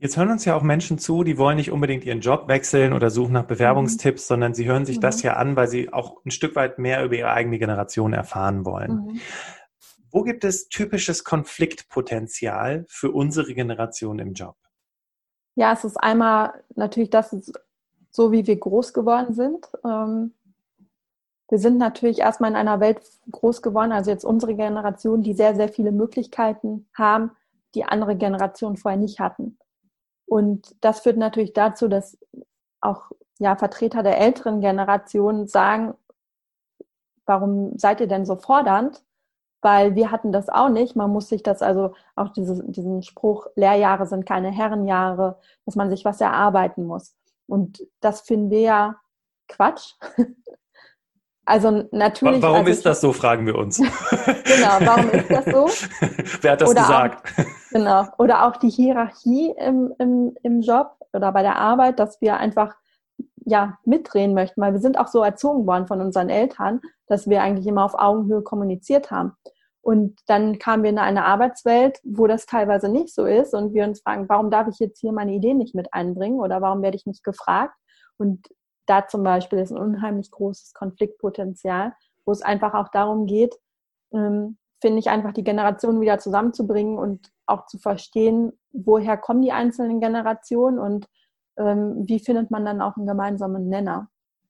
Jetzt hören uns ja auch Menschen zu, die wollen nicht unbedingt ihren Job wechseln oder suchen nach Mhm. Bewerbungstipps, sondern sie hören sich das Mhm. ja an, weil sie auch ein Stück weit mehr über ihre eigene Generation erfahren wollen. Mhm. Wo gibt es typisches Konfliktpotenzial für unsere Generation im Job? Ja, es ist einmal natürlich das, so wie wir groß geworden sind. Wir sind natürlich erstmal in einer Welt groß geworden, also jetzt unsere Generation, die sehr, sehr viele Möglichkeiten haben, die andere Generationen vorher nicht hatten. Und das führt natürlich dazu, dass auch ja, Vertreter der älteren Generation sagen, warum seid ihr denn so fordernd? Weil wir hatten das auch nicht. Man muss sich das also auch diesen Spruch, Lehrjahre sind keine Herrenjahre, dass man sich was erarbeiten muss. Und das finden wir ja Quatsch. Also natürlich, Warum also ist das so, fragen wir uns. genau, warum ist das so? Wer hat das Oder auch, gesagt? genau, oder auch die Hierarchie im Job oder bei der Arbeit, dass wir einfach ja mitdrehen möchten, weil wir sind auch so erzogen worden von unseren Eltern, dass wir eigentlich immer auf Augenhöhe kommuniziert haben. Und dann kamen wir in eine Arbeitswelt, wo das teilweise nicht so ist und wir uns fragen, warum darf ich jetzt hier meine Ideen nicht mit einbringen oder warum werde ich nicht gefragt? Und da zum Beispiel ist ein unheimlich großes Konfliktpotenzial, wo es einfach auch darum geht, finde ich, einfach die Generationen wieder zusammenzubringen und auch zu verstehen, woher kommen die einzelnen Generationen und wie findet man dann auch einen gemeinsamen Nenner.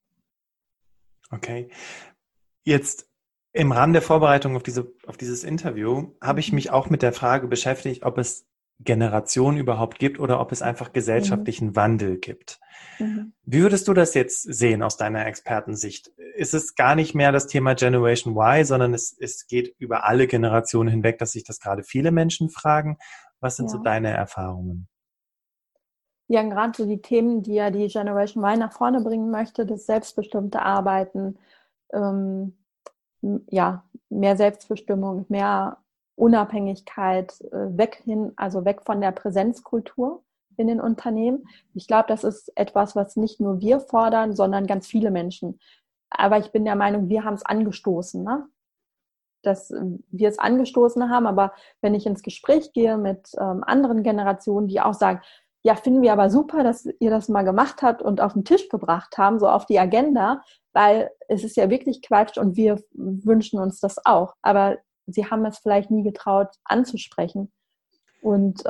Okay. Jetzt im Rahmen der Vorbereitung auf dieses Interview habe ich Mhm. mich auch mit der Frage beschäftigt, ob es Generationen überhaupt gibt oder ob es einfach Mhm. gesellschaftlichen Wandel gibt. Mhm. Wie würdest du das jetzt sehen aus deiner Expertensicht? Ist es gar nicht mehr das Thema Generation Y, sondern es geht über alle Generationen hinweg, dass sich das gerade viele Menschen fragen? Was sind so Ja. deine Erfahrungen? Ja, gerade so die Themen, die ja die Generation Y nach vorne bringen möchte, das selbstbestimmte Arbeiten, ähm, ja, mehr Selbstbestimmung, mehr Unabhängigkeit, also weg von der Präsenzkultur in den Unternehmen. Ich glaube, das ist etwas, was nicht nur wir fordern, sondern ganz viele Menschen. Aber ich bin der Meinung, wir haben es angestoßen, ne? Dass wir es angestoßen haben. Aber wenn ich ins Gespräch gehe mit anderen Generationen, die auch sagen, ja, finden wir aber super, dass ihr das mal gemacht habt und auf den Tisch gebracht haben, so auf die Agenda, weil es ist ja wirklich Quatsch und wir wünschen uns das auch. Aber sie haben es vielleicht nie getraut anzusprechen. Und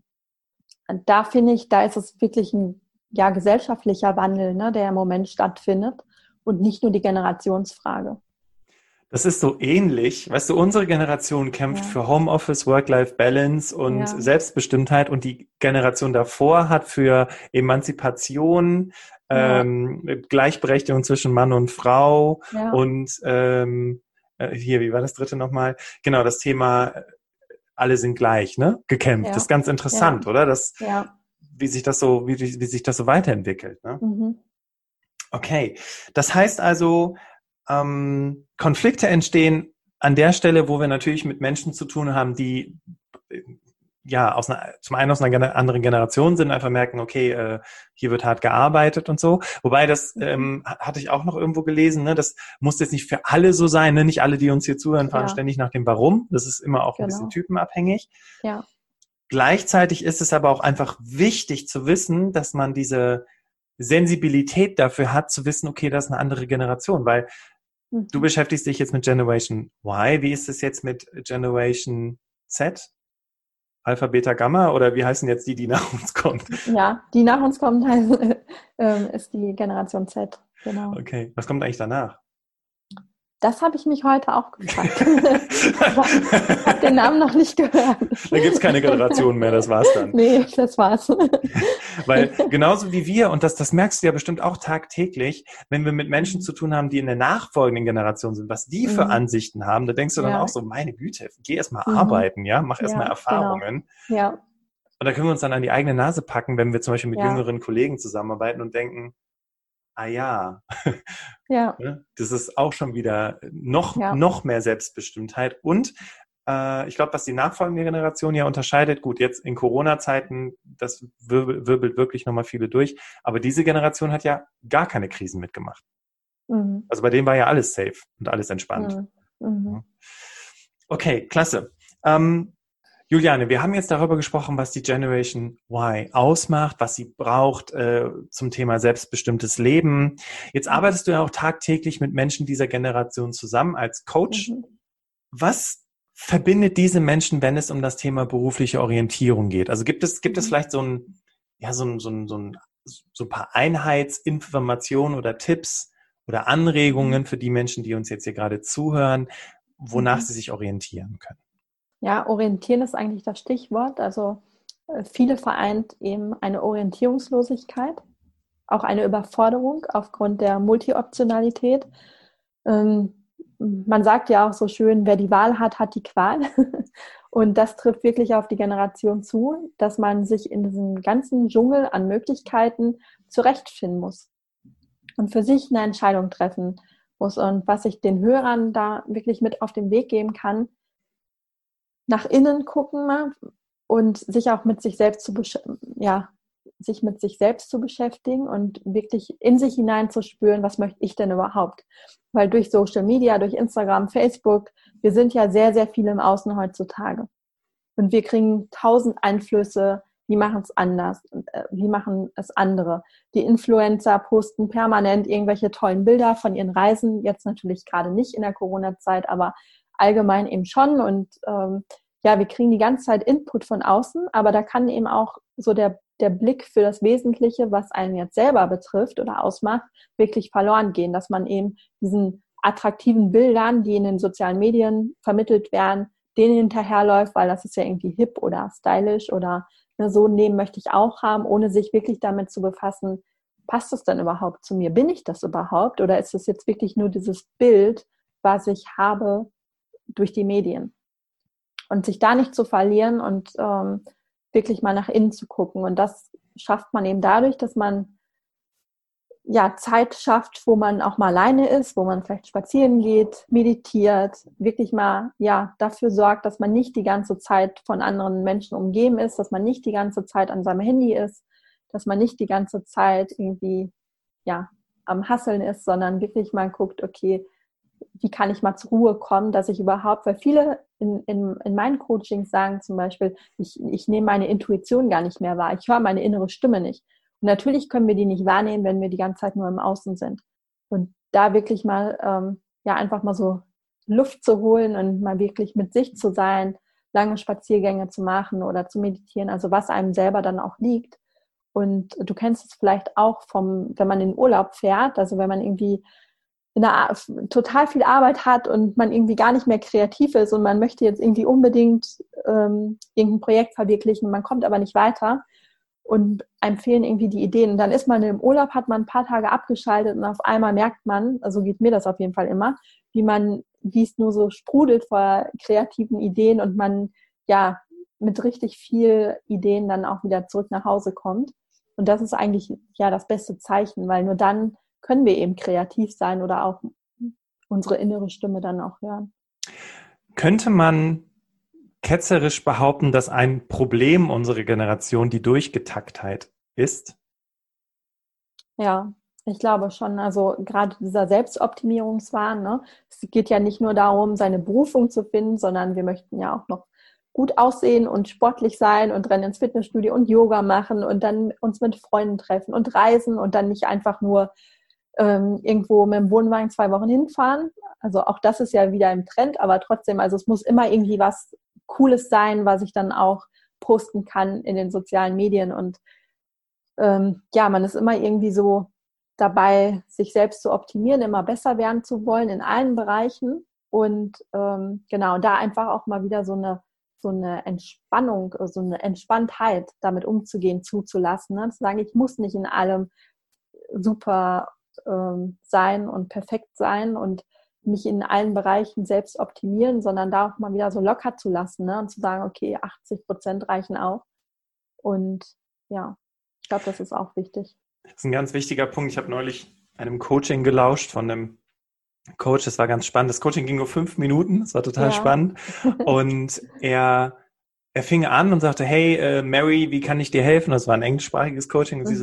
da finde ich, da ist es wirklich ein ja, gesellschaftlicher Wandel, ne, der im Moment stattfindet und nicht nur die Generationsfrage. Das ist so ähnlich. Weißt du, unsere Generation kämpft Ja, für Homeoffice, Work-Life-Balance und ja, Selbstbestimmtheit und die Generation davor hat für Emanzipation, ja, Gleichberechtigung zwischen Mann und Frau ja, und hier, wie war das dritte nochmal? Genau, das Thema alle sind gleich, ne? Gekämpft. Das ist ja, ganz ja, interessant, oder? ja. Wie sich das so weiterentwickelt, ne? Mhm. Okay, das heißt also, Konflikte entstehen an der Stelle, wo wir natürlich mit Menschen zu tun haben, die ja zum einen aus einer anderen Generation sind, einfach merken, okay, hier wird hart gearbeitet und so. Wobei das Mhm. hatte ich auch noch irgendwo gelesen, ne? Das muss jetzt nicht für alle so sein, ne? Nicht alle, die uns hier zuhören, fragen Ja, ständig nach dem Warum. Das ist immer auch ein bisschen genau. typenabhängig. Ja. Gleichzeitig ist es aber auch einfach wichtig zu wissen, dass man diese Sensibilität dafür hat, zu wissen, okay, das ist eine andere Generation, weil du Mhm. beschäftigst dich jetzt mit Generation Y. Wie ist es jetzt mit Generation Z? Alpha, Beta, Gamma? Oder wie heißen jetzt die nach uns kommt? Ja, die nach uns kommt, heißt, ist die Generation Z. Genau. Okay, was kommt eigentlich danach? Das habe ich mich heute auch gefragt. Ich habe den Namen noch nicht gehört. Da gibt's keine Generation mehr, das war's dann. Nee, das war's. Weil genauso wie wir, und das merkst du ja bestimmt auch tagtäglich, wenn wir mit Menschen Mhm. zu tun haben, die in der nachfolgenden Generation sind, was die für Mhm. Ansichten haben, da denkst du dann auch Ja. so, meine Güte, geh erst mal Mhm. arbeiten, ja, mach erst mal Ja, genau. Erfahrungen. Ja, Und da können wir uns dann an die eigene Nase packen, wenn wir zum Beispiel mit ja, jüngeren Kollegen zusammenarbeiten und denken, ah ja, ja, ne, das ist auch schon wieder ja. noch mehr Selbstbestimmtheit. Und ich glaube, was die nachfolgende Generation ja unterscheidet, gut, jetzt in Corona-Zeiten, das wirbelt wirklich nochmal viele durch, aber diese Generation hat ja gar keine Krisen mitgemacht. Mhm. Also bei denen war ja alles safe und alles entspannt. Mhm. Mhm. Ja. Okay, klasse. Ähm, Juliane, wir haben jetzt darüber gesprochen, was die Generation Y ausmacht, was sie braucht zum Thema selbstbestimmtes Leben. Jetzt arbeitest du ja auch tagtäglich mit Menschen dieser Generation zusammen als Coach. Was verbindet diese Menschen, wenn es um das Thema berufliche Orientierung geht? Also gibt es vielleicht so ein paar Einheitsinformationen oder Tipps oder Anregungen für die Menschen, die uns jetzt hier gerade zuhören, wonach sie sich orientieren können? Ja, orientieren ist eigentlich das Stichwort. Also viele vereint eben eine Orientierungslosigkeit, auch eine Überforderung aufgrund der Multioptionalität. Man sagt ja auch so schön, wer die Wahl hat, hat die Qual. Und das trifft wirklich auf die Generation zu, dass man sich in diesem ganzen Dschungel an Möglichkeiten zurechtfinden muss und für sich eine Entscheidung treffen muss. Und was ich den Hörern da wirklich mit auf den Weg geben kann, nach innen gucken und sich auch mit sich selbst sich mit sich selbst zu beschäftigen und wirklich in sich hineinzuspüren, was möchte ich denn überhaupt? Weil durch Social Media, durch Instagram, Facebook, wir sind ja sehr, sehr viel im Außen heutzutage. Und wir kriegen 1000 Einflüsse, wie machen es anders, wie machen es andere. Die Influencer posten permanent irgendwelche tollen Bilder von ihren Reisen, jetzt natürlich gerade nicht in der Corona-Zeit, aber allgemein eben schon. Und wir kriegen die ganze Zeit Input von außen, aber da kann eben auch so der Blick für das Wesentliche, was einen jetzt selber betrifft oder ausmacht, wirklich verloren gehen, dass man eben diesen attraktiven Bildern, die in den sozialen Medien vermittelt werden, denen hinterherläuft, weil das ist ja irgendwie hip oder stylisch oder so ein Leben möchte ich auch haben, ohne sich wirklich damit zu befassen, passt das denn überhaupt zu mir? Bin ich das überhaupt? Oder ist es jetzt wirklich nur dieses Bild, was ich habe durch die Medien? Und sich da nicht zu verlieren und wirklich mal nach innen zu gucken. Und das schafft man eben dadurch, dass man Zeit schafft, wo man auch mal alleine ist, wo man vielleicht spazieren geht, meditiert, wirklich mal dafür sorgt, dass man nicht die ganze Zeit von anderen Menschen umgeben ist, dass man nicht die ganze Zeit an seinem Handy ist, dass man nicht die ganze Zeit irgendwie am Hasseln ist, sondern wirklich mal guckt, okay, wie kann ich mal zur Ruhe kommen, dass ich überhaupt, weil viele in meinen Coachings sagen zum Beispiel, ich nehme meine Intuition gar nicht mehr wahr, ich höre meine innere Stimme nicht. Und natürlich können wir die nicht wahrnehmen, wenn wir die ganze Zeit nur im Außen sind. Und da wirklich mal, einfach mal so Luft zu holen und mal wirklich mit sich zu sein, lange Spaziergänge zu machen oder zu meditieren, also was einem selber dann auch liegt. Und du kennst es vielleicht auch wenn man in den Urlaub fährt, also wenn man irgendwie total viel Arbeit hat und man irgendwie gar nicht mehr kreativ ist und man möchte jetzt irgendwie unbedingt irgendein Projekt verwirklichen, man kommt aber nicht weiter und einem fehlen irgendwie die Ideen. Und dann ist man im Urlaub, hat man ein paar Tage abgeschaltet und auf einmal merkt man, also geht mir das auf jeden Fall immer, wie es nur so sprudelt vor kreativen Ideen und man mit richtig viel Ideen dann auch wieder zurück nach Hause kommt. Und das ist eigentlich das beste Zeichen, weil nur dann können wir eben kreativ sein oder auch unsere innere Stimme dann auch hören. Könnte man ketzerisch behaupten, dass ein Problem unserer Generation die Durchgetaktheit ist? Ja, ich glaube schon. Also gerade dieser Selbstoptimierungswahn, ne? Es geht ja nicht nur darum, seine Berufung zu finden, sondern wir möchten ja auch noch gut aussehen und sportlich sein und rennen ins Fitnessstudio und Yoga machen und dann uns mit Freunden treffen und reisen und dann nicht einfach nur irgendwo mit dem Wohnwagen 2 Wochen hinfahren. Also auch das ist ja wieder im Trend, aber trotzdem, also es muss immer irgendwie was Cooles sein, was ich dann auch posten kann in den sozialen Medien. Und man ist immer irgendwie so dabei, sich selbst zu optimieren, immer besser werden zu wollen in allen Bereichen. Und da einfach auch mal wieder so eine Entspannung, so eine Entspanntheit damit umzugehen, zuzulassen. Ne? Zu sagen, ich muss nicht in allem super sein und perfekt sein und mich in allen Bereichen selbst optimieren, sondern da auch mal wieder so locker zu lassen, ne? Und zu sagen, okay, 80% reichen auch. Und ich glaube, das ist auch wichtig. Das ist ein ganz wichtiger Punkt. Ich habe neulich einem Coaching gelauscht von einem Coach. Das war ganz spannend. Das Coaching ging nur 5 Minuten. Das war total spannend. Und er fing an und sagte, hey, Mary, wie kann ich dir helfen? Das war ein englischsprachiges Coaching. Und sie so,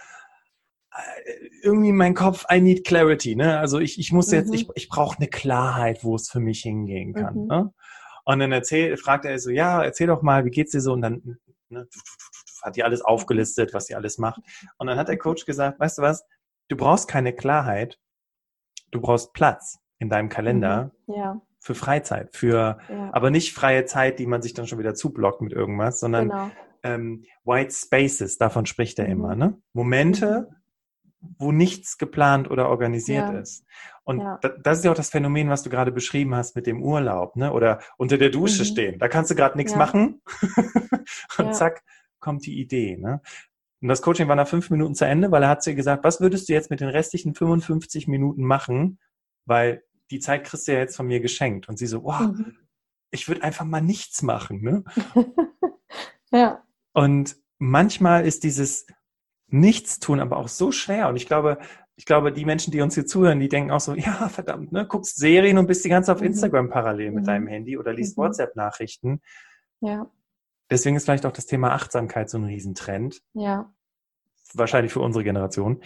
irgendwie in meinem Kopf, I need clarity, ne? Also ich muss jetzt, ich brauche eine Klarheit, wo es für mich hingehen kann. Ne? Und dann fragt er so, ja, erzähl doch mal, wie geht's dir so? Und dann hat die alles aufgelistet, was sie alles macht. Und dann hat der Coach gesagt, weißt du was, du brauchst keine Klarheit, du brauchst Platz in deinem Kalender für Freizeit, aber nicht freie Zeit, die man sich dann schon wieder zublockt mit irgendwas, sondern White Spaces, davon spricht er immer, ne? Momente, wo nichts geplant oder organisiert ist. Und das ist ja auch das Phänomen, was du gerade beschrieben hast mit dem Urlaub, ne? Oder unter der Dusche stehen. Da kannst du gerade nichts machen und zack, kommt die Idee, ne? Und das Coaching war nach 5 Minuten zu Ende, weil er hat zu ihr gesagt, was würdest du jetzt mit den restlichen 55 Minuten machen? Weil die Zeit kriegst du ja jetzt von mir geschenkt. Und sie so, wow, ich würde einfach mal nichts machen, ne? Und manchmal ist dieses Nichtstun aber auch so schwer. Und ich glaube, die Menschen, die uns hier zuhören, die denken auch so, ja, verdammt, ne, guckst Serien und bist die ganze Zeit auf Instagram parallel mit deinem Handy oder liest WhatsApp-Nachrichten. Ja. Deswegen ist vielleicht auch das Thema Achtsamkeit so ein Riesentrend. Ja. Wahrscheinlich für unsere Generation.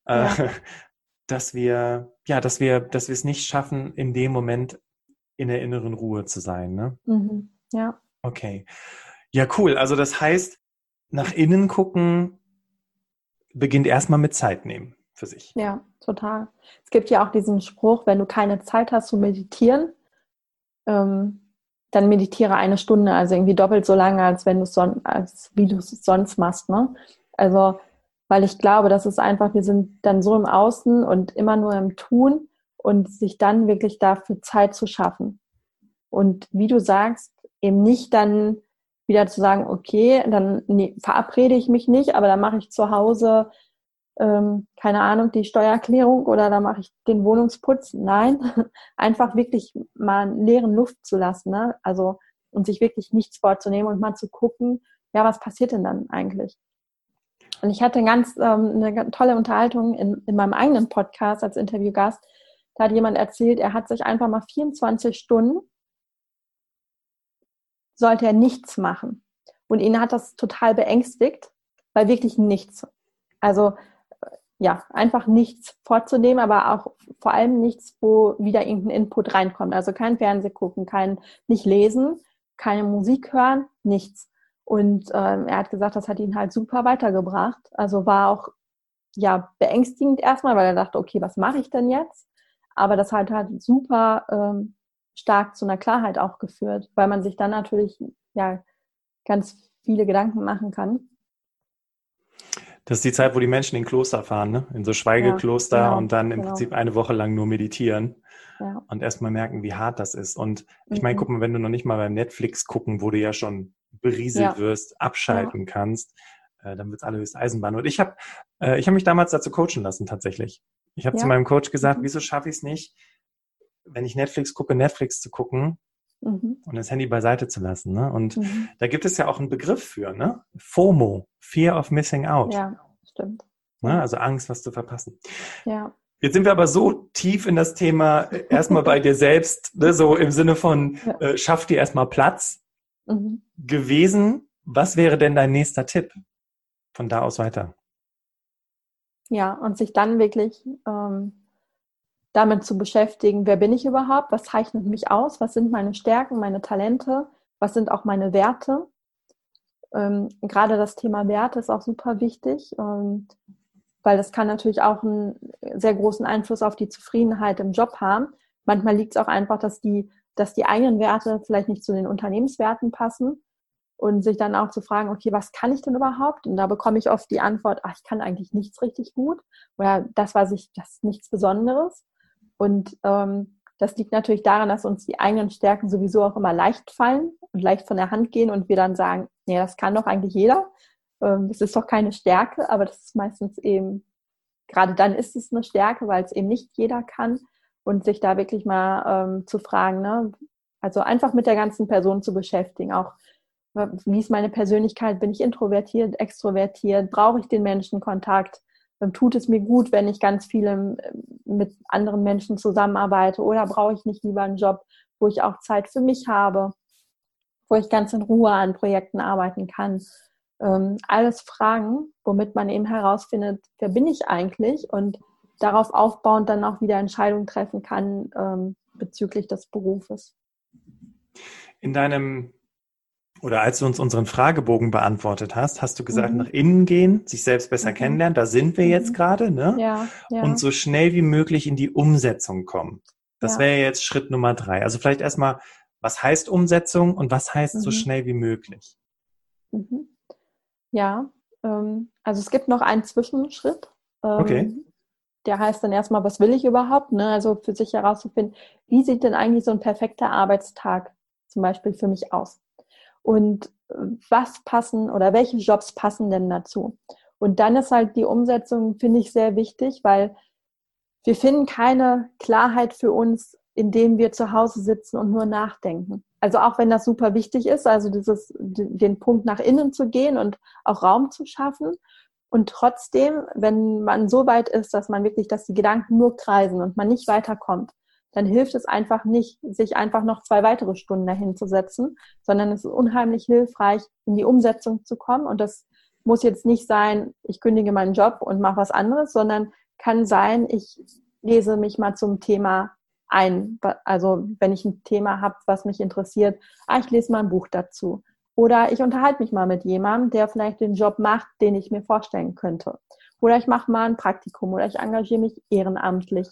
Dass wir es nicht schaffen, in dem Moment in der inneren Ruhe zu sein, ne? Ja. Okay. Ja, cool. Also das heißt, nach innen gucken beginnt erstmal mit Zeit nehmen für sich. Ja, total. Es gibt ja auch diesen Spruch, wenn du keine Zeit hast zu meditieren, dann meditiere 1 Stunde, also irgendwie doppelt so lange, als wie du es sonst machst, ne? Also, weil ich glaube, das ist einfach, wir sind dann so im Außen und immer nur im Tun und sich dann wirklich dafür Zeit zu schaffen. Und wie du sagst, eben nicht dann wieder zu sagen, okay, dann verabrede ich mich nicht, aber dann mache ich zu Hause, keine Ahnung, die Steuererklärung oder dann mache ich den Wohnungsputz. Nein, einfach wirklich mal einen leeren Luft zu lassen, ne? Also, und sich wirklich nichts vorzunehmen und mal zu gucken, ja, was passiert denn dann eigentlich? Und ich hatte eine tolle Unterhaltung in meinem eigenen Podcast als Interviewgast. Da hat jemand erzählt, er hat sich einfach mal 24 Stunden sollte er nichts machen. Und ihn hat das total beängstigt, weil wirklich nichts. Also ja, einfach nichts vorzunehmen, aber auch vor allem nichts, wo wieder irgendein Input reinkommt. Also kein Fernseh gucken, nicht lesen, keine Musik hören, nichts. Und er hat gesagt, das hat ihn halt super weitergebracht. Also war auch beängstigend erstmal, weil er dachte, okay, was mache ich denn jetzt? Aber das hat halt super stark zu einer Klarheit auch geführt, weil man sich dann natürlich ganz viele Gedanken machen kann. Das ist die Zeit, wo die Menschen in Kloster fahren, ne? In so Schweigekloster und dann im Prinzip eine Woche lang nur meditieren und erstmal merken, wie hart das ist. Und ich meine, guck mal, wenn du noch nicht mal beim Netflix gucken, wo du ja schon berieselt wirst, abschalten kannst, dann wird's allerhöchste Eisenbahn. Und ich habe mich damals dazu coachen lassen, tatsächlich. Ich habe zu meinem Coach gesagt, wieso schaffe ich es nicht, wenn ich Netflix gucke, Netflix zu gucken und das Handy beiseite zu lassen. Ne? Und da gibt es ja auch einen Begriff für, ne? FOMO, Fear of Missing Out. Ja, stimmt. Ne? Also Angst, was zu verpassen. Ja. Jetzt sind wir aber so tief in das Thema, erstmal bei dir selbst, ne? So im Sinne von, schaff dir erstmal Platz gewesen. Was wäre denn dein nächster Tipp von da aus weiter? Ja, und sich dann wirklich damit zu beschäftigen, wer bin ich überhaupt, was zeichnet mich aus, was sind meine Stärken, meine Talente, was sind auch meine Werte. Gerade das Thema Werte ist auch super wichtig, weil das kann natürlich auch einen sehr großen Einfluss auf die Zufriedenheit im Job haben. Manchmal liegt es auch einfach, dass die eigenen Werte vielleicht nicht zu den Unternehmenswerten passen und sich dann auch zu fragen, okay, was kann ich denn überhaupt? Und da bekomme ich oft die Antwort, ich kann eigentlich nichts richtig gut oder das ist nichts Besonderes. Und das liegt natürlich daran, dass uns die eigenen Stärken sowieso auch immer leicht fallen und leicht von der Hand gehen und wir dann sagen, nee, das kann doch eigentlich jeder. Das ist doch keine Stärke, aber das ist meistens eben, gerade dann ist es eine Stärke, weil es eben nicht jeder kann und sich da wirklich mal zu fragen, ne? Also einfach mit der ganzen Person zu beschäftigen, auch wie ist meine Persönlichkeit, bin ich introvertiert, extrovertiert, brauche ich den Menschenkontakt, tut es mir gut, wenn ich ganz viel mit anderen Menschen zusammenarbeite oder brauche ich nicht lieber einen Job, wo ich auch Zeit für mich habe, wo ich ganz in Ruhe an Projekten arbeiten kann. Alles Fragen, womit man eben herausfindet, wer bin ich eigentlich und darauf aufbauend dann auch wieder Entscheidungen treffen kann bezüglich des Berufes. In deinem, oder als du uns unseren Fragebogen beantwortet hast, hast du gesagt, nach Mhm. innen gehen, sich selbst besser Mhm. kennenlernen, da sind wir jetzt Mhm. gerade, ne? Ja, Und ja, so schnell wie möglich in die Umsetzung kommen. Das ja. wäre jetzt Schritt Nummer 3. Also vielleicht erstmal, was heißt Umsetzung und was heißt so Mhm. schnell wie möglich? Mhm. Ja, also es gibt noch einen Zwischenschritt. Okay. Der heißt dann erstmal, was will ich überhaupt? Ne? Also für sich herauszufinden, wie sieht denn eigentlich so ein perfekter Arbeitstag zum Beispiel für mich aus? Und was passen oder welche Jobs passen denn dazu? Und dann ist halt die Umsetzung, finde ich, sehr wichtig, weil wir finden keine Klarheit für uns, indem wir zu Hause sitzen und nur nachdenken. Also auch wenn das super wichtig ist, also den Punkt nach innen zu gehen und auch Raum zu schaffen. Und trotzdem, wenn man so weit ist, dass man wirklich, dass die Gedanken nur kreisen und man nicht weiterkommt, dann hilft es einfach nicht, sich einfach noch 2 weitere Stunden dahin zu setzen, sondern es ist unheimlich hilfreich, in die Umsetzung zu kommen. Und das muss jetzt nicht sein, ich kündige meinen Job und mache was anderes, sondern kann sein, ich lese mich mal zum Thema ein. Also wenn ich ein Thema habe, was mich interessiert, ich lese mal ein Buch dazu. Oder ich unterhalte mich mal mit jemandem, der vielleicht den Job macht, den ich mir vorstellen könnte. Oder ich mache mal ein Praktikum oder ich engagiere mich ehrenamtlich.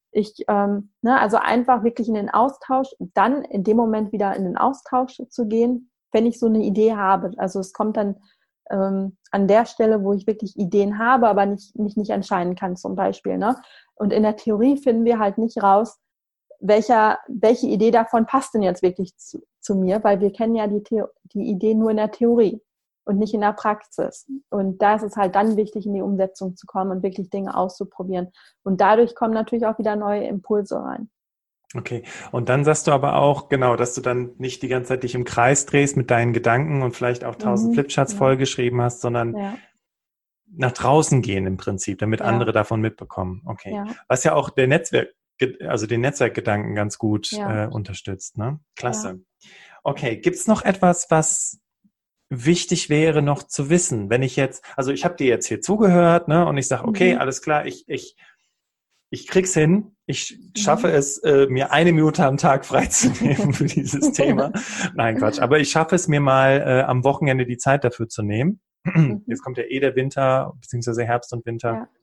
Also einfach wirklich in den Austausch, dann in dem Moment wieder in den Austausch zu gehen, wenn ich so eine Idee habe. Also es kommt dann an der Stelle, wo ich wirklich Ideen habe, aber mich nicht entscheiden kann zum Beispiel. Ne? Und in der Theorie finden wir halt nicht raus, welche Idee davon passt denn jetzt wirklich zu mir, weil wir kennen ja die Idee nur in der Theorie und nicht in der Praxis. Und da ist es halt dann wichtig, in die Umsetzung zu kommen und wirklich Dinge auszuprobieren. Und dadurch kommen natürlich auch wieder neue Impulse rein. Okay. Und dann sagst du aber auch, genau, dass du dann nicht die ganze Zeit dich im Kreis drehst mit deinen Gedanken und vielleicht auch 1000 Mhm, Flipcharts genau. vollgeschrieben hast, sondern Ja, nach draußen gehen im Prinzip, damit andere ja, davon mitbekommen. Okay. ja, Was ja auch der also den Netzwerkgedanken ganz gut ja, unterstützt, ne? ja. Klasse. Okay. Gibt's noch etwas, was wichtig wäre noch zu wissen, wenn ich jetzt, also ich habe dir jetzt hier zugehört, ne, und ich sage, okay, Mhm, alles klar, ich krieg's hin, ich schaffe mhm. es, mir 1 Minute am Tag freizunehmen für dieses Thema. Nein, Quatsch, aber ich schaffe es mir mal am Wochenende die Zeit dafür zu nehmen. Mhm, Jetzt kommt ja der Winter, beziehungsweise Herbst und Winter. ja.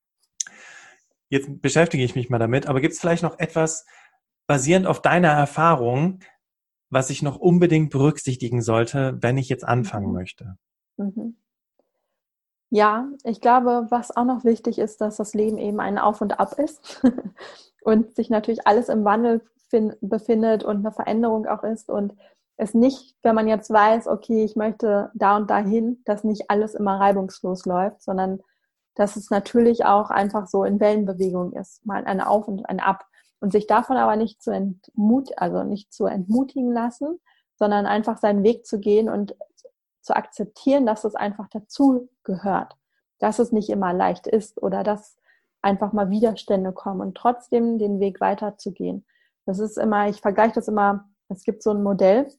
Jetzt beschäftige ich mich mal damit, aber gibt es vielleicht noch etwas, basierend auf deiner Erfahrung, was ich noch unbedingt berücksichtigen sollte, wenn ich jetzt anfangen Mhm, möchte? mhm. Ja, ich glaube, was auch noch wichtig ist, dass das Leben eben ein Auf und Ab ist und sich natürlich alles im Wandel befindet und eine Veränderung auch ist und es nicht, wenn man jetzt weiß, okay, ich möchte da und dahin, dass nicht alles immer reibungslos läuft, sondern dass es natürlich auch einfach so in Wellenbewegung ist, mal ein Auf und ein Ab und sich davon aber nicht nicht zu entmutigen lassen, sondern einfach seinen Weg zu gehen und zu akzeptieren, dass es einfach dazu gehört, dass es nicht immer leicht ist oder dass einfach mal Widerstände kommen und trotzdem den Weg weiterzugehen. Das ist immer, ich vergleiche das immer, es gibt so ein Modell,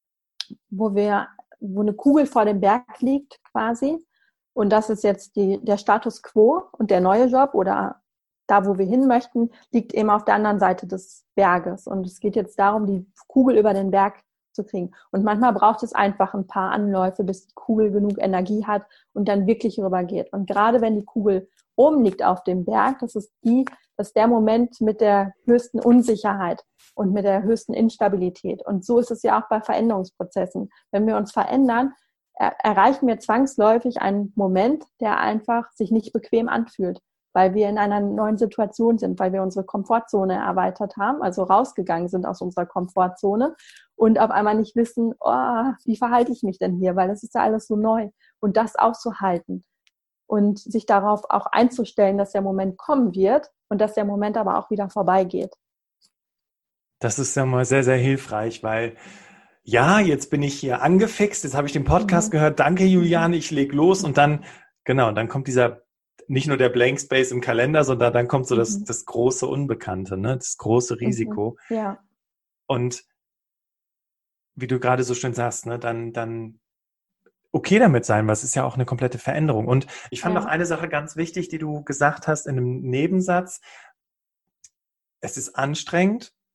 wo eine Kugel vor dem Berg liegt quasi und das ist jetzt der Status quo und der neue Job oder da, wo wir hin möchten, liegt eben auf der anderen Seite des Berges. Und es geht jetzt darum, die Kugel über den Berg zu kriegen. Und manchmal braucht es einfach ein paar Anläufe, bis die Kugel genug Energie hat und dann wirklich rübergeht. Und gerade wenn die Kugel oben liegt auf dem Berg, das ist der Moment mit der höchsten Unsicherheit und mit der höchsten Instabilität. Und so ist es ja auch bei Veränderungsprozessen. Wenn wir uns verändern, erreichen wir zwangsläufig einen Moment, der einfach sich nicht bequem anfühlt, weil wir in einer neuen Situation sind, weil wir unsere Komfortzone erweitert haben, also rausgegangen sind aus unserer Komfortzone und auf einmal nicht wissen, wie verhalte ich mich denn hier, weil es ist ja alles so neu. Und das auszuhalten und sich darauf auch einzustellen, dass der Moment kommen wird und dass der Moment aber auch wieder vorbeigeht. Das ist ja mal sehr, sehr hilfreich, weil ja, jetzt bin ich hier angefixt, jetzt habe ich den Podcast Mhm. gehört, danke Mhm. Juliane, ich leg los und dann, genau, dann kommt dieser, nicht nur der Blank Space im Kalender, sondern dann kommt so Mhm. das große Unbekannte, ne, das große Mhm. Risiko. Ja, Und wie du gerade so schön sagst, ne, dann okay damit sein, was ist ja auch eine komplette Veränderung. Und ich fand noch ja, eine Sache ganz wichtig, die du gesagt hast in einem Nebensatz. Es ist anstrengend,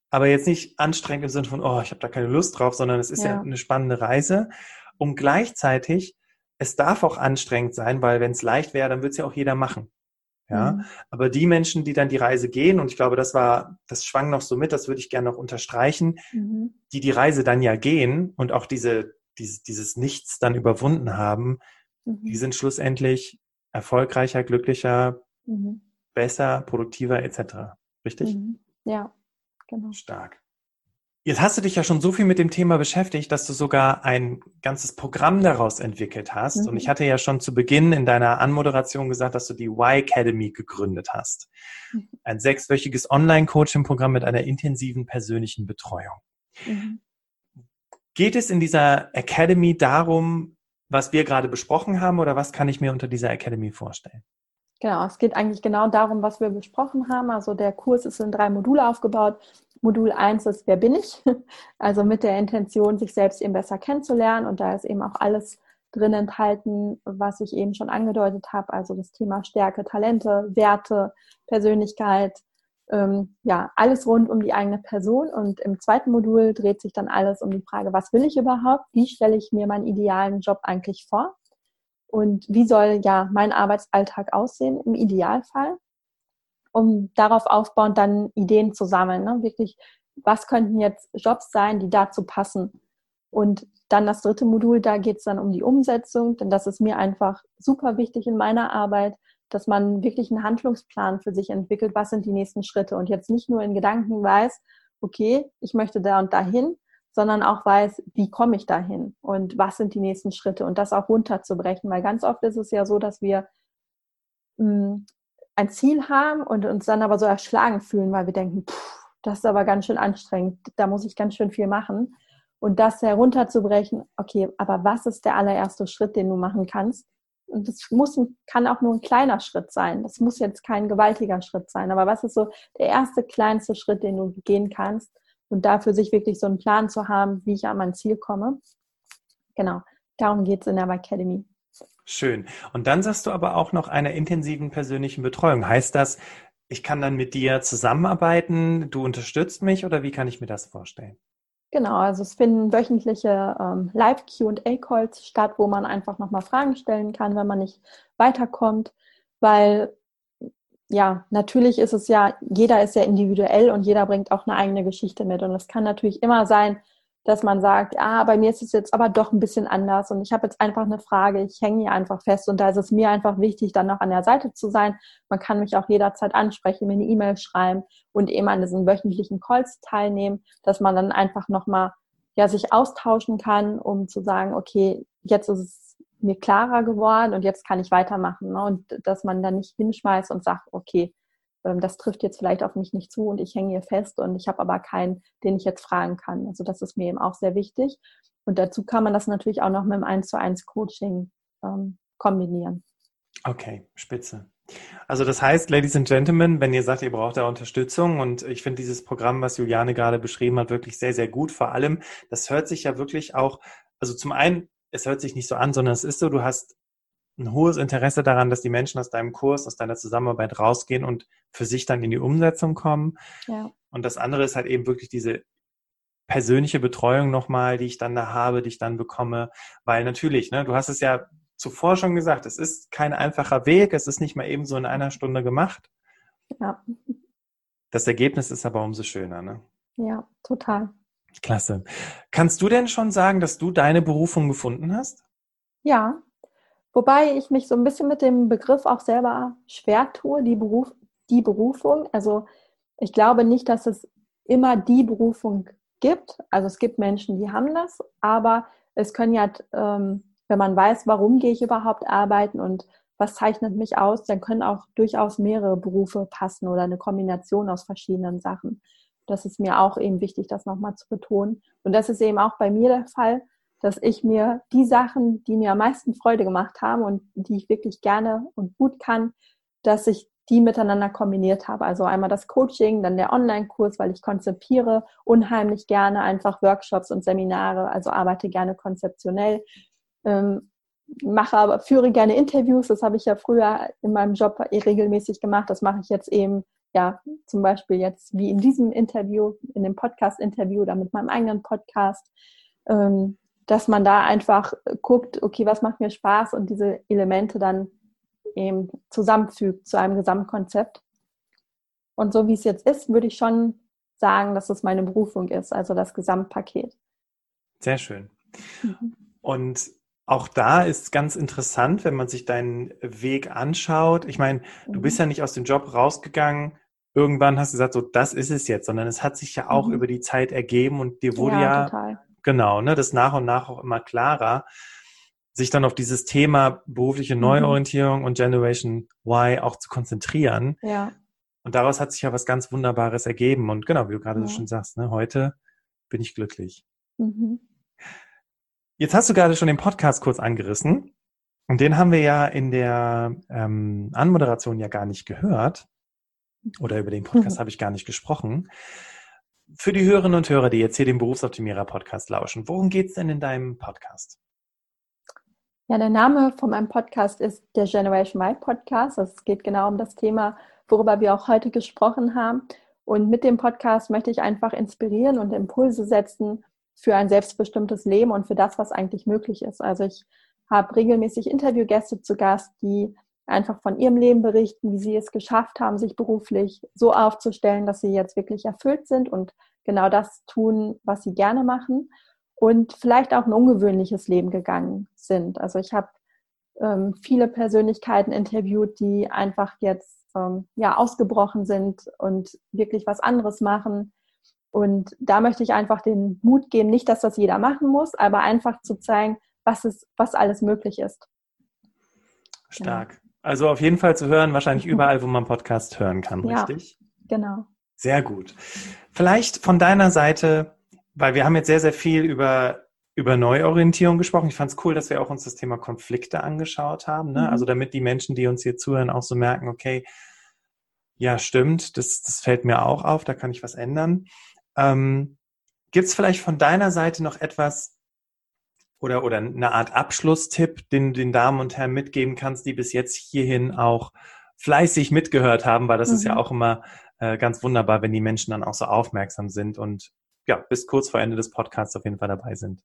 aber jetzt nicht anstrengend im Sinne von, oh, ich habe da keine Lust drauf, sondern es ist ja Ja. eine spannende Reise. Und gleichzeitig, es darf auch anstrengend sein, weil wenn es leicht wäre, dann würde es ja auch jeder machen. Ja, Mhm. aber die Menschen, die dann die Reise gehen, und ich glaube, das schwang noch so mit, das würde ich gerne noch unterstreichen, Mhm. die Reise dann ja gehen und auch dieses Nichts dann überwunden haben, die Mhm. sind schlussendlich erfolgreicher, glücklicher, Mhm. besser, produktiver etc. Richtig? Mhm. Ja, genau. Stark. Jetzt hast du dich ja schon so viel mit dem Thema beschäftigt, dass du sogar ein ganzes Programm daraus entwickelt hast. Und ich Mhm. hatte ja schon zu Beginn in deiner Anmoderation gesagt, dass du die Y Academy gegründet hast. Mhm. Ein 6-wöchiges Online-Coaching-Programm mit einer intensiven persönlichen Betreuung. Mhm. Geht es in dieser Academy darum, was wir gerade besprochen haben, oder was kann ich mir unter dieser Academy vorstellen? Genau, es geht eigentlich genau darum, was wir besprochen haben. Also der Kurs ist in 3 Module aufgebaut. Modul 1 ist, wer bin ich? Also mit der Intention, sich selbst eben besser kennenzulernen. Und da ist eben auch alles drin enthalten, was ich eben schon angedeutet habe. Also das Thema Stärke, Talente, Werte, Persönlichkeit, ja, alles rund um die eigene Person. Und im zweiten Modul dreht sich dann alles um die Frage, was will ich überhaupt? Wie stelle ich mir meinen idealen Job eigentlich vor? Und wie soll ja mein Arbeitsalltag aussehen im Idealfall, um darauf aufbauend dann Ideen zu sammeln. Ne? Wirklich, was könnten jetzt Jobs sein, die dazu passen? Und dann das dritte Modul, da geht es dann um die Umsetzung, denn das ist mir einfach super wichtig in meiner Arbeit, dass man wirklich einen Handlungsplan für sich entwickelt, was sind die nächsten Schritte und jetzt nicht nur in Gedanken weiß, okay, ich möchte da und dahin, sondern auch weiß, wie komme ich dahin und was sind die nächsten Schritte und das auch runterzubrechen, weil ganz oft ist es ja so, dass wir ein Ziel haben und uns dann aber so erschlagen fühlen, weil wir denken, das ist aber ganz schön anstrengend, da muss ich ganz schön viel machen. Und das herunterzubrechen, okay, aber was ist der allererste Schritt, den du machen kannst? Und das kann auch nur ein kleiner Schritt sein. Das muss jetzt kein gewaltiger Schritt sein. Aber was ist so der erste, kleinste Schritt, den du gehen kannst? Und dafür sich wirklich so einen Plan zu haben, wie ich an mein Ziel komme. Genau, darum geht es in der Academy. Schön. Und dann sagst du aber auch noch einer intensiven persönlichen Betreuung. Heißt das, ich kann dann mit dir zusammenarbeiten, du unterstützt mich, oder wie kann ich mir das vorstellen? Genau, also es finden wöchentliche Live-Q&A-Calls statt, wo man einfach nochmal Fragen stellen kann, wenn man nicht weiterkommt, weil ja, natürlich ist es ja, jeder ist ja individuell und jeder bringt auch eine eigene Geschichte mit und es kann natürlich immer sein, dass man sagt, bei mir ist es jetzt aber doch ein bisschen anders und ich habe jetzt einfach eine Frage, ich hänge hier einfach fest und da ist es mir einfach wichtig, dann noch an der Seite zu sein. Man kann mich auch jederzeit ansprechen, mir eine E-Mail schreiben und eben an diesen wöchentlichen Calls teilnehmen, dass man dann einfach nochmal ja, sich austauschen kann, um zu sagen, okay, jetzt ist es mir klarer geworden und jetzt kann ich weitermachen. Ne? Und dass man dann nicht hinschmeißt und sagt, okay, das trifft jetzt vielleicht auf mich nicht zu und ich hänge hier fest und ich habe aber keinen, den ich jetzt fragen kann. Also das ist mir eben auch sehr wichtig. Und dazu kann man das natürlich auch noch mit dem 1:1 Coaching kombinieren. Okay, spitze. Also das heißt, Ladies and Gentlemen, wenn ihr sagt, ihr braucht da Unterstützung, und ich finde dieses Programm, was Juliane gerade beschrieben hat, wirklich sehr, sehr gut. Vor allem, das hört sich ja wirklich auch, also zum einen, es hört sich nicht so an, sondern es ist so, du hast ein hohes Interesse daran, dass die Menschen aus deinem Kurs, aus deiner Zusammenarbeit rausgehen und für sich dann in die Umsetzung kommen. Ja. Und das andere ist halt eben wirklich diese persönliche Betreuung nochmal, die ich dann da habe, die ich dann bekomme. Weil natürlich, ne, du hast es ja zuvor schon gesagt, es ist kein einfacher Weg, es ist nicht mal eben so in einer Stunde gemacht. Ja, Das Ergebnis ist aber umso schöner, ne? ja, total. Klasse. Kannst du denn schon sagen, dass du deine Berufung gefunden hast? Ja, wobei ich mich so ein bisschen mit dem Begriff auch selber schwer tue, die Berufung. Also ich glaube nicht, dass es immer die Berufung gibt. Also es gibt Menschen, die haben das, aber es können ja, wenn man weiß, warum gehe ich überhaupt arbeiten und was zeichnet mich aus, dann können auch durchaus mehrere Berufe passen oder eine Kombination aus verschiedenen Sachen. Das ist mir auch eben wichtig, das nochmal zu betonen. Und das ist eben auch bei mir der Fall, dass ich mir die Sachen, die mir am meisten Freude gemacht haben und die ich wirklich gerne und gut kann, dass ich die miteinander kombiniert habe. Also einmal das Coaching, dann der Online-Kurs, weil ich konzipiere unheimlich gerne einfach Workshops und Seminare, also arbeite gerne konzeptionell, führe gerne Interviews, das habe ich ja früher in meinem Job regelmäßig gemacht, das mache ich jetzt eben ja, zum Beispiel jetzt wie in diesem Interview, in dem Podcast-Interview oder mit meinem eigenen Podcast, dass man da einfach guckt, okay, was macht mir Spaß und diese Elemente dann eben zusammenfügt zu einem Gesamtkonzept. Und so wie es jetzt ist, würde ich schon sagen, dass es meine Berufung ist, also das Gesamtpaket. Sehr schön. Und auch da ist ganz interessant, wenn man sich deinen Weg anschaut. Ich meine, du bist ja nicht aus dem Job rausgegangen. Irgendwann hast du gesagt, so, das ist es jetzt, sondern es hat sich ja auch über die Zeit ergeben und dir wurde Total. Genau, ne, das nach und nach auch immer klarer, sich dann auf dieses Thema berufliche Neuorientierung und Generation Y auch zu konzentrieren. Ja. Und daraus hat sich ja was ganz Wunderbares ergeben. Und genau, wie du gerade so schon sagst, ne, heute bin ich glücklich. Jetzt hast du gerade schon den Podcast kurz angerissen. Und den haben wir ja in der Anmoderation ja gar nicht gehört. Oder über den Podcast habe ich gar nicht gesprochen. Für die Hörerinnen und Hörer, die jetzt hier den Berufsoptimierer-Podcast lauschen, worum geht es denn in deinem Podcast? Ja, der Name von meinem Podcast ist der Generation Y Podcast. Es geht genau um das Thema, worüber wir auch heute gesprochen haben. Und mit dem Podcast möchte ich einfach inspirieren und Impulse setzen für ein selbstbestimmtes Leben und für das, was eigentlich möglich ist. Also ich habe regelmäßig Interviewgäste zu Gast, die einfach von ihrem Leben berichten, wie sie es geschafft haben, sich beruflich so aufzustellen, dass sie jetzt wirklich erfüllt sind und genau das tun, was sie gerne machen und vielleicht auch ein ungewöhnliches Leben gegangen sind. Also ich habe viele Persönlichkeiten interviewt, die einfach jetzt ausgebrochen sind und wirklich was anderes machen. Und da möchte ich einfach den Mut geben, nicht, dass das jeder machen muss, aber einfach zu zeigen, was alles möglich ist. Stark. Genau. Also auf jeden Fall zu hören, wahrscheinlich überall, wo man Podcast hören kann, richtig? Ja, genau. Sehr gut. Vielleicht von deiner Seite, weil wir haben jetzt sehr, sehr viel über Neuorientierung gesprochen. Ich fand es cool, dass wir auch uns das Thema Konflikte angeschaut haben. Ne? Also damit die Menschen, die uns hier zuhören, auch so merken, okay, ja, stimmt, das fällt mir auch auf, da kann ich was ändern. Gibt es vielleicht von deiner Seite noch etwas, oder eine Art Abschlusstipp, den den Damen und Herren mitgeben kannst, die bis jetzt hierhin auch fleißig mitgehört haben, weil das ist ja auch immer ganz wunderbar, wenn die Menschen dann auch so aufmerksam sind und ja, bis kurz vor Ende des Podcasts auf jeden Fall dabei sind.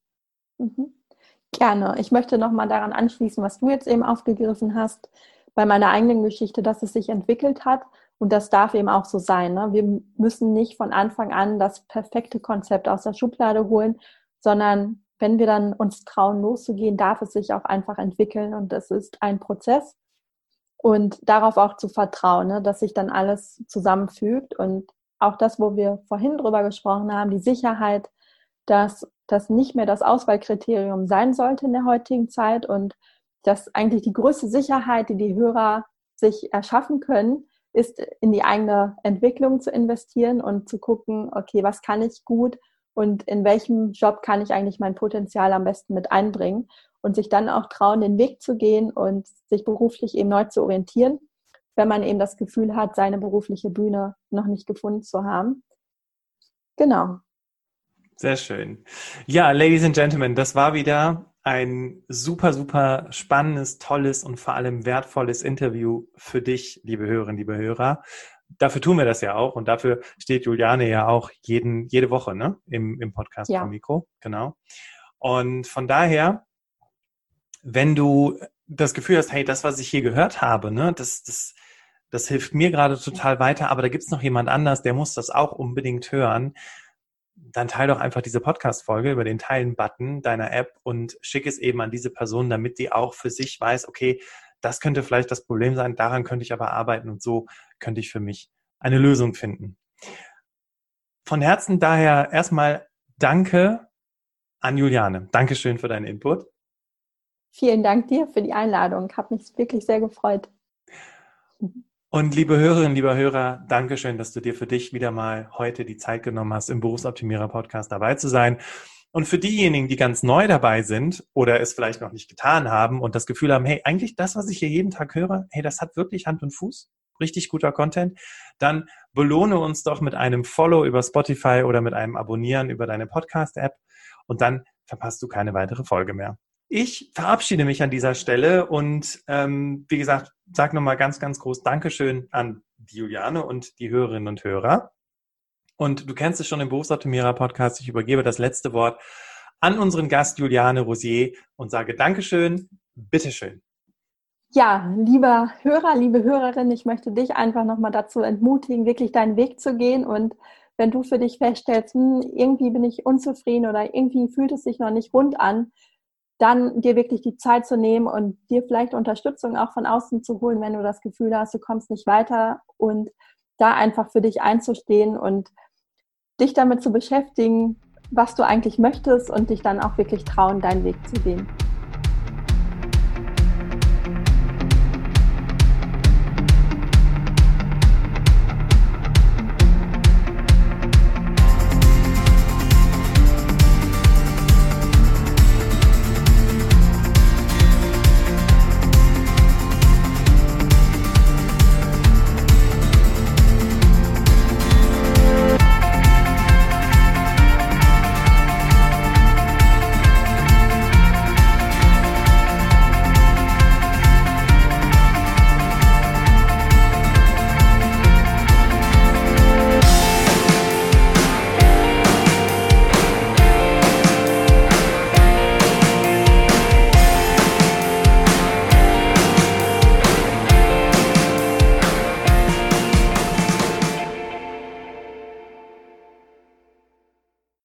Gerne. Ich möchte nochmal daran anschließen, was du jetzt eben aufgegriffen hast, bei meiner eigenen Geschichte, dass es sich entwickelt hat und das darf eben auch so sein. Ne? Wir müssen nicht von Anfang an das perfekte Konzept aus der Schublade holen, sondern wenn wir dann uns trauen, loszugehen, darf es sich auch einfach entwickeln und es ist ein Prozess und darauf auch zu vertrauen, ne, dass sich dann alles zusammenfügt und auch das, wo wir vorhin drüber gesprochen haben, die Sicherheit, dass das nicht mehr das Auswahlkriterium sein sollte in der heutigen Zeit und dass eigentlich die größte Sicherheit, die die Hörer sich erschaffen können, ist in die eigene Entwicklung zu investieren und zu gucken, okay, was kann ich gut und in welchem Job kann ich eigentlich mein Potenzial am besten mit einbringen und sich dann auch trauen, den Weg zu gehen und sich beruflich eben neu zu orientieren, wenn man eben das Gefühl hat, seine berufliche Bühne noch nicht gefunden zu haben. Genau. Sehr schön. Ja, Ladies and Gentlemen, das war wieder ein super, super spannendes, tolles und vor allem wertvolles Interview für dich, liebe Hörerinnen, liebe Hörer. Dafür tun wir das ja auch und dafür steht Juliane ja auch jede Woche, ne, im Podcast vom Mikro. Genau. Und von daher, wenn du das Gefühl hast, hey, das, was ich hier gehört habe, ne, das hilft mir gerade total weiter, aber da gibt's noch jemand anders, der muss das auch unbedingt hören, dann teile doch einfach diese Podcast-Folge über den Teilen-Button deiner App und schick es eben an diese Person, damit die auch für sich weiß, okay, das könnte vielleicht das Problem sein, daran könnte ich aber arbeiten und so könnte ich für mich eine Lösung finden. Von Herzen daher erstmal danke an Juliane. Dankeschön für deinen Input. Vielen Dank dir für die Einladung. Hat mich wirklich sehr gefreut. Und liebe Hörerinnen, lieber Hörer, Dankeschön, dass du dir für dich wieder mal heute die Zeit genommen hast, im Berufsoptimierer-Podcast dabei zu sein. Und für diejenigen, die ganz neu dabei sind oder es vielleicht noch nicht getan haben und das Gefühl haben, hey, eigentlich das, was ich hier jeden Tag höre, hey, das hat wirklich Hand und Fuß, richtig guter Content, dann belohne uns doch mit einem Follow über Spotify oder mit einem Abonnieren über deine Podcast-App und dann verpasst du keine weitere Folge mehr. Ich verabschiede mich an dieser Stelle und wie gesagt, sag nochmal ganz, ganz groß Dankeschön an die Juliane und die Hörerinnen und Hörer. Und du kennst es schon im Berufsoptimierer-Podcast. Ich übergebe das letzte Wort an unseren Gast Juliane Rosier und sage Dankeschön, bitteschön. Ja, lieber Hörer, liebe Hörerin, ich möchte dich einfach nochmal dazu entmutigen, wirklich deinen Weg zu gehen. Und wenn du für dich feststellst, irgendwie bin ich unzufrieden oder irgendwie fühlt es sich noch nicht rund an, dann dir wirklich die Zeit zu nehmen und dir vielleicht Unterstützung auch von außen zu holen, wenn du das Gefühl hast, du kommst nicht weiter, und da einfach für dich einzustehen und dich damit zu beschäftigen, was du eigentlich möchtest, und dich dann auch wirklich trauen, deinen Weg zu gehen.